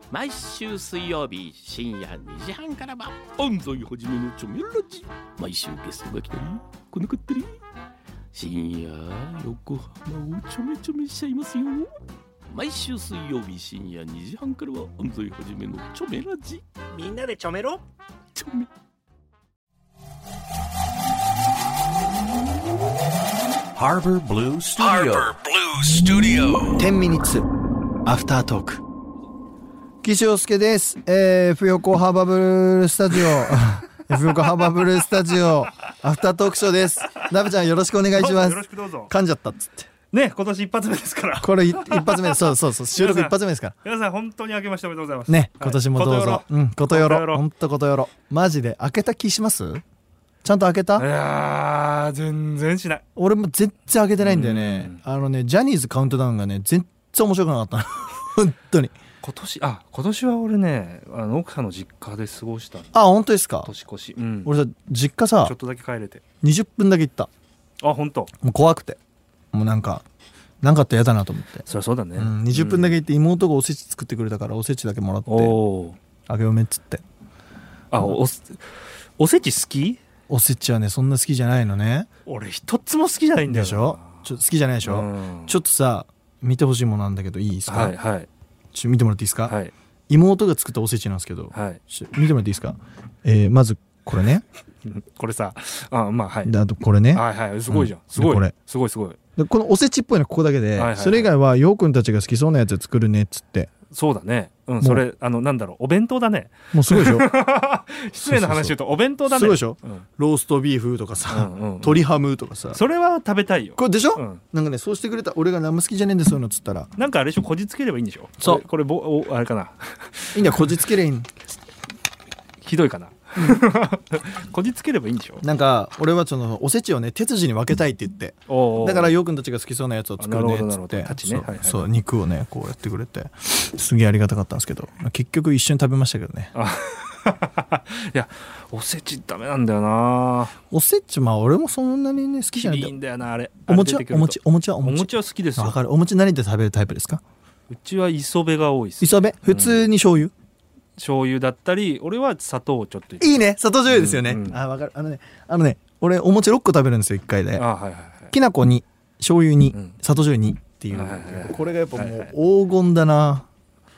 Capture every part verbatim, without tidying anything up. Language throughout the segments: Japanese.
毎週水曜日深夜にじはんからは安西はじめのチョメラジ。毎週ゲストが来たり来なかったり、深夜横浜をちょめちょめしちゃいますよ。毎週水曜日深夜にじはんからは安西はじめのチョメラジ。 みんなでちょめろチョメ Harbor Blue Studio Harbor Blue Studio テンミニッツアフタートーク。岸洋介です。えー、ふよこハーバブルスタジオふよこハーバブルスタジオアフタートークショーです。ナベちゃんよろしくお願いします。 よろしくどうぞ。 噛んじゃったっつってね、今年一発目ですからこれ一発目そうそうそう収録一発目ですから皆さん本当に明けましておめでとうございますね。今年もどうぞ、はい、うんことよろほんとことよろ。マジで開けた気します？ちゃんと開けた？ いやー全然しない。 俺も全然開けてないんだよね。あのねジャニーズカウントダウンがね全然面白くなかった本当に。 今年あ今年は俺ねあの奥さんの実家で過ごしたん。 あ本当ですか？ 年越し、うん、 俺さ実家さちょっとだけ帰れてにじゅっぷんだけ行った。 あ本当？ もう怖くてもうなんかなんかあったら嫌だなと思って。 そりゃそうだね、 うん、にじゅっぷんだけ行って妹がおせち作ってくれたからおせちだけもらっておあげおめっつって。 あ お, おせち好き？ おせちはねそんな好きじゃないのね。 俺一つも好きじゃないんだよな。 でしょ？ちょっと好きじゃないでしょ、うん、ちょっとさ見てほしいものなんだけどいいですか？ はいはいちょ見てもらっていいですか？ はい。 妹が作ったおせちなんですけど、はい、ちょ見てもらっていいですか？えー、まずこれねこれさあまあはい。 であとこれねはいはいすごいじゃん、うん、すごいこれすごいすごい。 でこのおせちっぽいのここだけで、はいはいはい、それ以外はようくんたちが好きそうなやつ作るねっつって。 そうだね、うん、それあのなんだろうお弁当だね。もうすごいでしょ失礼な話言うとお弁当だね。 すごいでしょ、 うん、 ローストビーフとかさ、うんうんうん、鶏ハムとかさ。 それは食べたいよ。 これでしょ、 うん、 なんかねそうしてくれた俺が何も好きじゃねえんでそういうのっつったらなんかあれでしょこじつければいいんでしょ。 そうこれこれぼおあれかないいんだよこじつければいいんひどいかなこじつければいいんでしょ。 なんか俺はそのおせちをね手筋に分けたいって言って、うん、だからようくんたちが好きそうなやつを作るねっつって、ねそうはいはい、そう肉をねこうやってくれてすげえありがたかったんですけど結局一緒に食べましたけどねいやおせちダメなんだよな。 おせちまあ俺もそんなにね好きじゃないんだよ。 いいんだよなあれ。 お餅はお餅お餅はお餅お餅は好きですよ。 わかる。お餅何で食べるタイプですか？ うちは磯辺が多いです。 磯辺普通に醤油、うん醤油だったり俺は砂糖をちょっといいね砂糖醤油ですよね、うんうん、あ分かる。あのねあのね俺お餅ろっこ食べるんですよいっかいで。あ、はいはいはい、きな粉に醤油に、うん、砂糖醤油にっていう、はいはいはい、これがやっぱもう黄金だな、はいはい、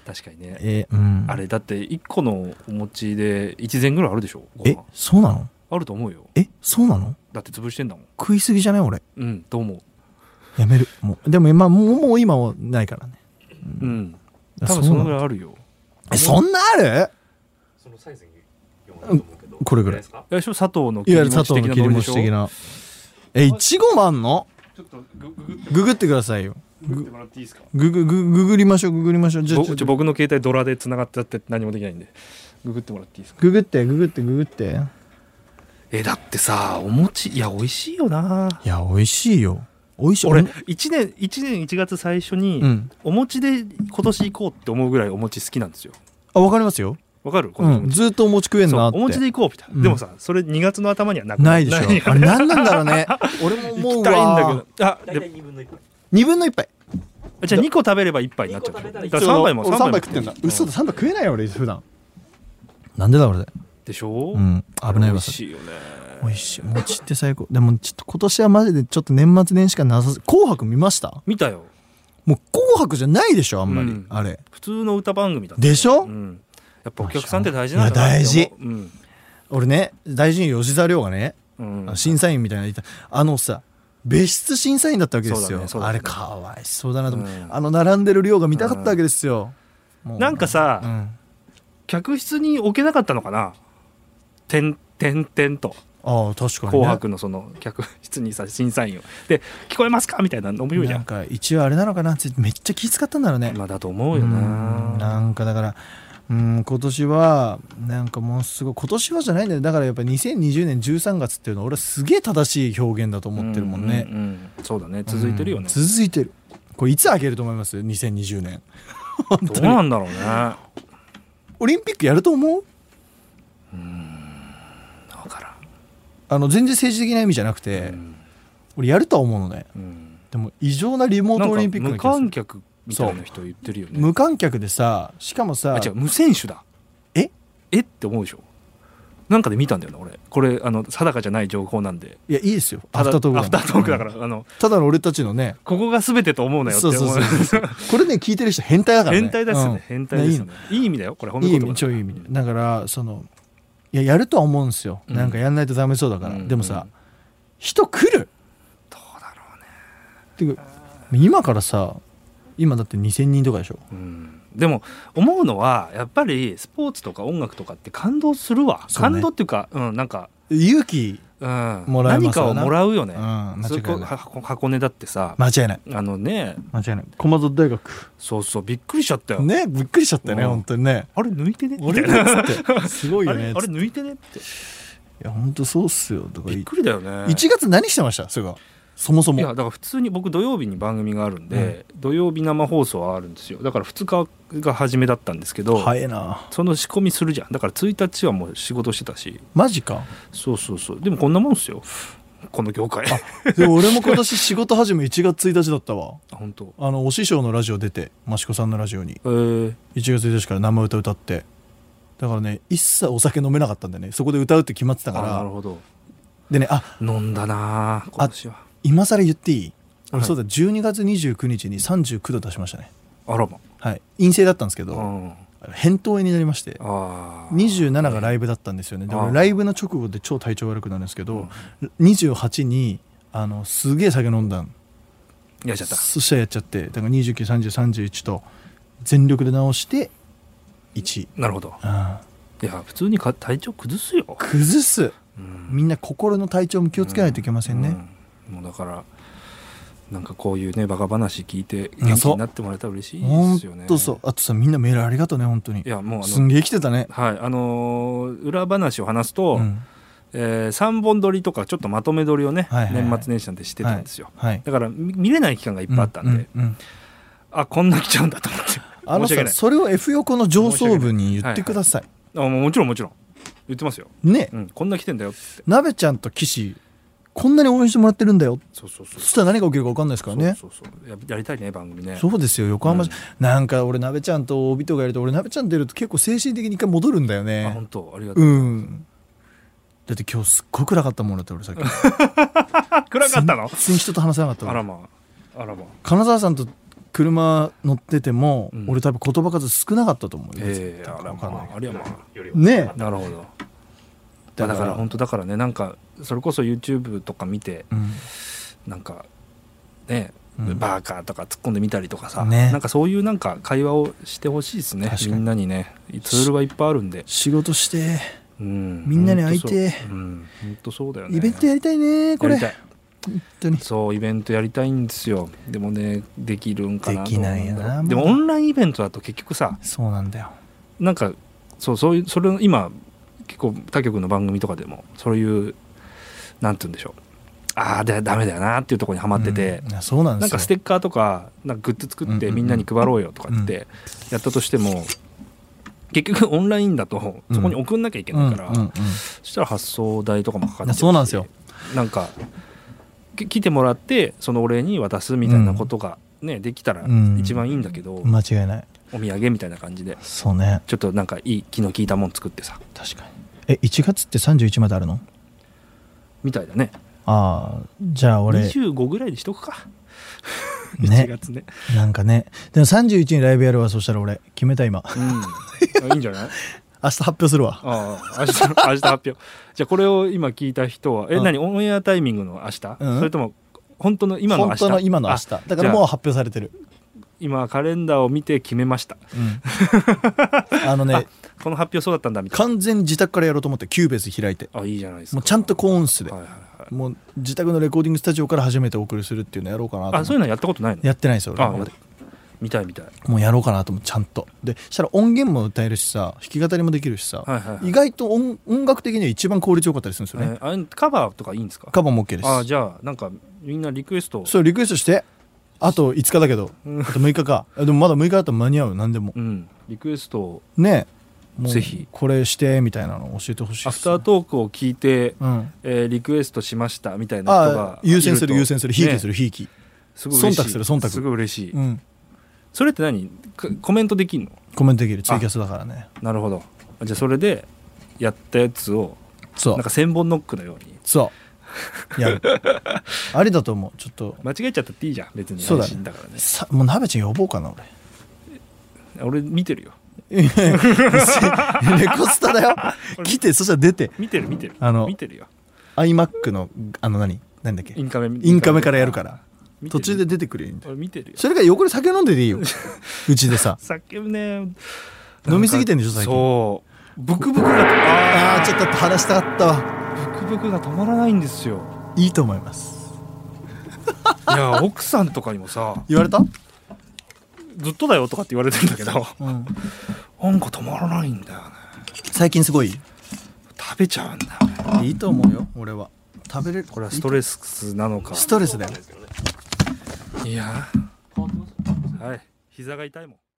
確かにね、 えーうん、 あれだっていっこのお餅でいちぜんぐらいあるでしょ。 えそうなの？ あると思うよ。 えそうなの？ だって潰してんだもん。 食いすぎじゃない俺。 うんどう思う？ やめるもうでも今もうもう今はないからね。 うん、うん、多分そのぐらいあるよ。 えそんなある？ そのサイズによんあると思うけど、 これぐらい。 砂糖の切り餅的なノリでしょ。 的なえいちごもあんの？ ちょっとグググググってくださいよ。 ググってもらっていいですか？ グググググりましょうググりましょう。 じゃちょ僕の携帯ドラで繋がってあって何もできないんでググってもらっていいですか？ ググってググってググって。 えだってさお餅いや美味しいよな。 いや美味しいよ。美味しい。 俺いちねんいちねんいちがつ最初に、うん、お餅で今年行こうって思うぐらいお餅好きなんですよ。 あわかりますよ。 わかる、 うん、ずっとお餅食えんなって。 お餅で行こうみたいな、うん、でもさそれにがつの頭にはなくないでしょ。あれ何なんだろうね俺も思うわ。行きたいんだけどあでにぶんのいっぱいにぶんのいっぱいじゃあにこ食べればいっぱいになっちゃう。だからさんばいもさんばい食ってんだ。嘘ださんばい食えないよ俺普段。なんでだ俺ででしょ。 うん危ないわ。 美味しいよね。 美味しい餅って最高。でもちょっと今年はマジでちょっと年末年始かなさ。紅白見ました？ 見たよ。 もう紅白じゃないでしょあんまり、うん、あれ普通の歌番組だったでしょ、 うん、やっぱお客さんって大事なんだな。いや大事、 うん、 俺ね大事に吉沢亮がね、うん、審査員みたいなのいたあのさ別室審査員だったわけですよ、ねね、あれかわいそうだなと思って、うん、あの並んでる亮が見たかったわけですよ、 うん、もうなんかさ、うん、客室に置けなかったのかな点々点と。 ああ確かに、ね、 紅白のその客室にさ審査員をで聞こえますかみたいなのも言うじゃん。 なんか一応あれなのかなってめっちゃ気遣ったんだろうね。 まあだと思うよな。 なんかだからうん今年はなんかもうすごい今年はじゃないんだよ。だからやっぱにせんにじゅうねんじゅうさんがつっていうのは俺はすげえ正しい表現だと思ってるもんね、 うんうんうん、そうだね続いてるよね、 続いてる。これいつ開けると思います？にせんにじゅうねん本当にどうなんだろうね。 オリンピックやると思う？ うーん分からん。 あの全然政治的な意味じゃなくて、うん、俺やるとは思うのね、うん、でも異常なリモートオリンピックの無観客みたいな人言ってるよね。 無観客でさ、しかもさ、 あ違う無選手だ。 ええって思うでしょ。なんかで見たんだよな俺。これあの定かじゃない情報なんで。 いやいいですよ、 ただアフタートークアフタートークだから、 うんあのただの俺たちのね、 ここが全てと思うなよって思う。 そうそうそうこれね聞いてる人変態だからね。 変態ですよね、 うん変態ですよね。いい意味だよこれ、褒めいい意味、 言葉だ。 超いい意味。だからそのいややるとは思うんですよ、 うんなんかやんないとダメそうだから、 うんでもさ、人来るどうだろうね。 っていうか今からさ、今だってにせんにんとかでしょ。 うんでも思うのはやっぱりスポーツとか音楽とかって感動するわ、 そうね感動っていうか、うん、なんか、 勇気うん、 もらえますわな何かをもらうよね、 うん間違いないそれこは箱根だってさ、 間違いないあのね、 間違いない。駒澤大学そうそうびっくりしちゃったよ、 ね、びっくりしちゃったよね、 うん本当にね。 あれ抜いてねみた俺いなだっつってすごいよねあれあれ抜いてねっていや本当そうっすよ。だからびっくりだよね。 いちがつ何してましたそれがそもそも。 いやだから普通に僕土曜日に番組があるんで、土曜日生放送はあるんですよ。だからふつかが初めだったんですけど、 早いな。 その仕込みするじゃん。だからついたちはもう仕事してたし、 マジか。 そうそうそう。でもこんなもんですよこの業界。あでも俺も今年仕事始めいちがつついたちだったわ。 本当。 あのお師匠のラジオ出て、益子さんのラジオにえー、 いちがつついたちから生歌歌って、だからね一切お酒飲めなかったんでね、そこで歌うって決まってたかあなるら。 ほど。 でね、あ飲んだな今年は。 今更言っていい、俺はいそうだじゅうにがつにじゅうくにちにさんじゅうきゅうど出しましたね。 あらま。 はい、陰性だったんですけど、 うん。 扁桃炎になりまして、 ああ。 にじゅうなながライブだったんですよね。であー俺ライブの直後で超体調悪くなるんですけど、 うんにじゅうはちにあのすげえ酒飲んだん。 やっちゃった。 そしたらやっちゃって、だからにじゅうきゅう、さんじゅう、さんじゅういちと全力で直していち。 なるほど。 うん、 いや普通にか体調崩すよ。 崩す。 うんみんな心の体調も気をつけないといけませんね。 うんもうだからなんかこういうねバカ話聞いてうん元気になってもらえたら嬉しいほんですよね。 とそう。あとさ、みんなメールありがとうね、本当にい。やもうあのすんげえ来てたね。 はいあのー裏話を話すと、 うんえー、さんぼん撮りとかちょっとまとめ撮りをね、 はいはいはい年末年始なんてしてたんですよ、 はい。 だから見見れない期間がいっぱいあったんで、 うんうんうんあこんな来ちゃうんだと思ってあのさ、 申し訳ないそれを F 横の上層部に言ってください。 あもうもちろんもちろん言ってますよ、 ね、 うん、こんな来てんだよって。 なべちゃんと岸こんなに応援してもらってるんだよ。 そうそうそうそしたら何が起きるか分かんないですからね。 そうそうそうややりたいね番組ね。 そうですよ、横浜市、 うんなんか俺なべちゃんと帯とかやると、俺なべちゃんとやると結構精神的に一回戻るんだよあね。 本当ありがとう、 うんだって今日すっごい暗かったもんだって俺さっき暗かったの。 全然人と話せなかったわ。 あらまああらまあ金沢さんと車乗ってても、 うん俺多分言葉数少なかったと思うよ、 ええあらまあありゃまあねえなるほど。だからだから本当だからねなんかそれこそ YouTube とか見てうんなんかね、 うんバーカーとか突っ込んでみたりとかさ、 ねなんかそういうなんか会話をしてほしいですね。 確かにみんなにねツールはいっぱいあるんで、 仕事してうん、 みんなに会いてほんとそううん本当そうだよね。 イベントやりたいねこれやりたい本当に。 そうイベントやりたいんですよ。でもねできるんかなとできないよなでもオンラインイベントだと結局さそうなんだよ。 なんかそうそういうそれ今結構他局の番組とかでもそういうなんて言うんでしょう、ああでダメだよなっていうところにはまってて、 うんいやそうなんですよ。 なんかステッカーとかなんかグッズ作ってうんうんうんみんなに配ろうよとかってやったとしても結局オンラインだとそこに送んなきゃいけないから、 うんうんうんそしたら発送代とかもかかっちゃうし、 そうなんですよ。 なんかき来てもらってそのお礼に渡すみたいなことがね、できたらうん一番いいんだけど、 間違いない。 お土産みたいな感じでそうね。 ちょっとなんかいい気の利いたもん作ってさ確かに。えいちがつってさんじゅういちまであるの？ みたいだね。 ああじゃあ俺にじゅうごぐらいにしとくかねいちがつね、 なんかね。でもさんじゅういちにライブやるわ。そしたら俺決めた今。 うん、あいいんじゃない。 明日発表するわ。 ああ明日明日発表じゃあこれを今聞いた人はえうん何オンエアタイミングの明日、 うんそれとも本当の今の明日。 本当の今の明日。 あだからもう発表されてる。 今カレンダーを見て決めましたうん、あのねあこの発表そうだったんだみたい完全に自宅からやろうと思ってキューベース開いて、 な。あいいじゃないですか。 もうちゃんと高音質で、 はいはいはい、 もう自宅のレコーディングスタジオから初めてお送りするっていうのやろうかなと思って。 あそういうのやったことないの。 やってないですよ俺あまだ見たい見たい。 もうやろうかなと思ってちゃんと。でしたら音源も歌えるしさ、弾き語りもできるしさ、 はいはいはい意外と 音, 音楽的には一番効率よかったりするんですよね。 えーあれカバーとかいいんですか。 カバーも OK です。 あじゃあなんかみんなリクエスト。 そうリクエストしてあといつかだけど、 うんあとむいかかでもまだむいかだったら間に合う。何でもうんリクエストをねもうぜひこれしてみたいなの教えてほしいです。 アフタートークを聞いて、 うん、 えーリクエストしましたみたいな人あが優先する優先するひいきする、 るひいき、 すごい嬉しい忖度する忖度すごい嬉しい、 うん、 それって何コメントできんの？ コメントできる、ツイキャスだからね。 なるほど。じゃあそれでやったやつをそうなんか千本ノックのようにそうやるありだと思う。ちょっと間違えちゃったっていいじゃん別に。 そうだね配信だからね。 さもうなべちゃん呼ぼうかな俺。 俺見てるよ。 レコスタだよ来て、そしたら出て見てる見てるあの見てるよ。 iMac のあの何何だっけインカメインカメからやるから見てる途中で出てくるよ。 俺見てるよ。 それが横で酒飲んでていいようちでさ酒ね飲みすぎてんでしょ最近。 そうブクブクがああーちょっと話したかったわ。 ブクブクが止まらないんですよ。 いいと思います。 いや奥さんとかにもさ言われた？ ずっとだよとかって言われてんだけど、 うん、 なんか止まらないんだよね。 最近すごい食べちゃうんだよね。 いいと思うよ俺は。食べれる。 これはストレスなのか。 ストレスだよ。 いやはい膝が痛いもん。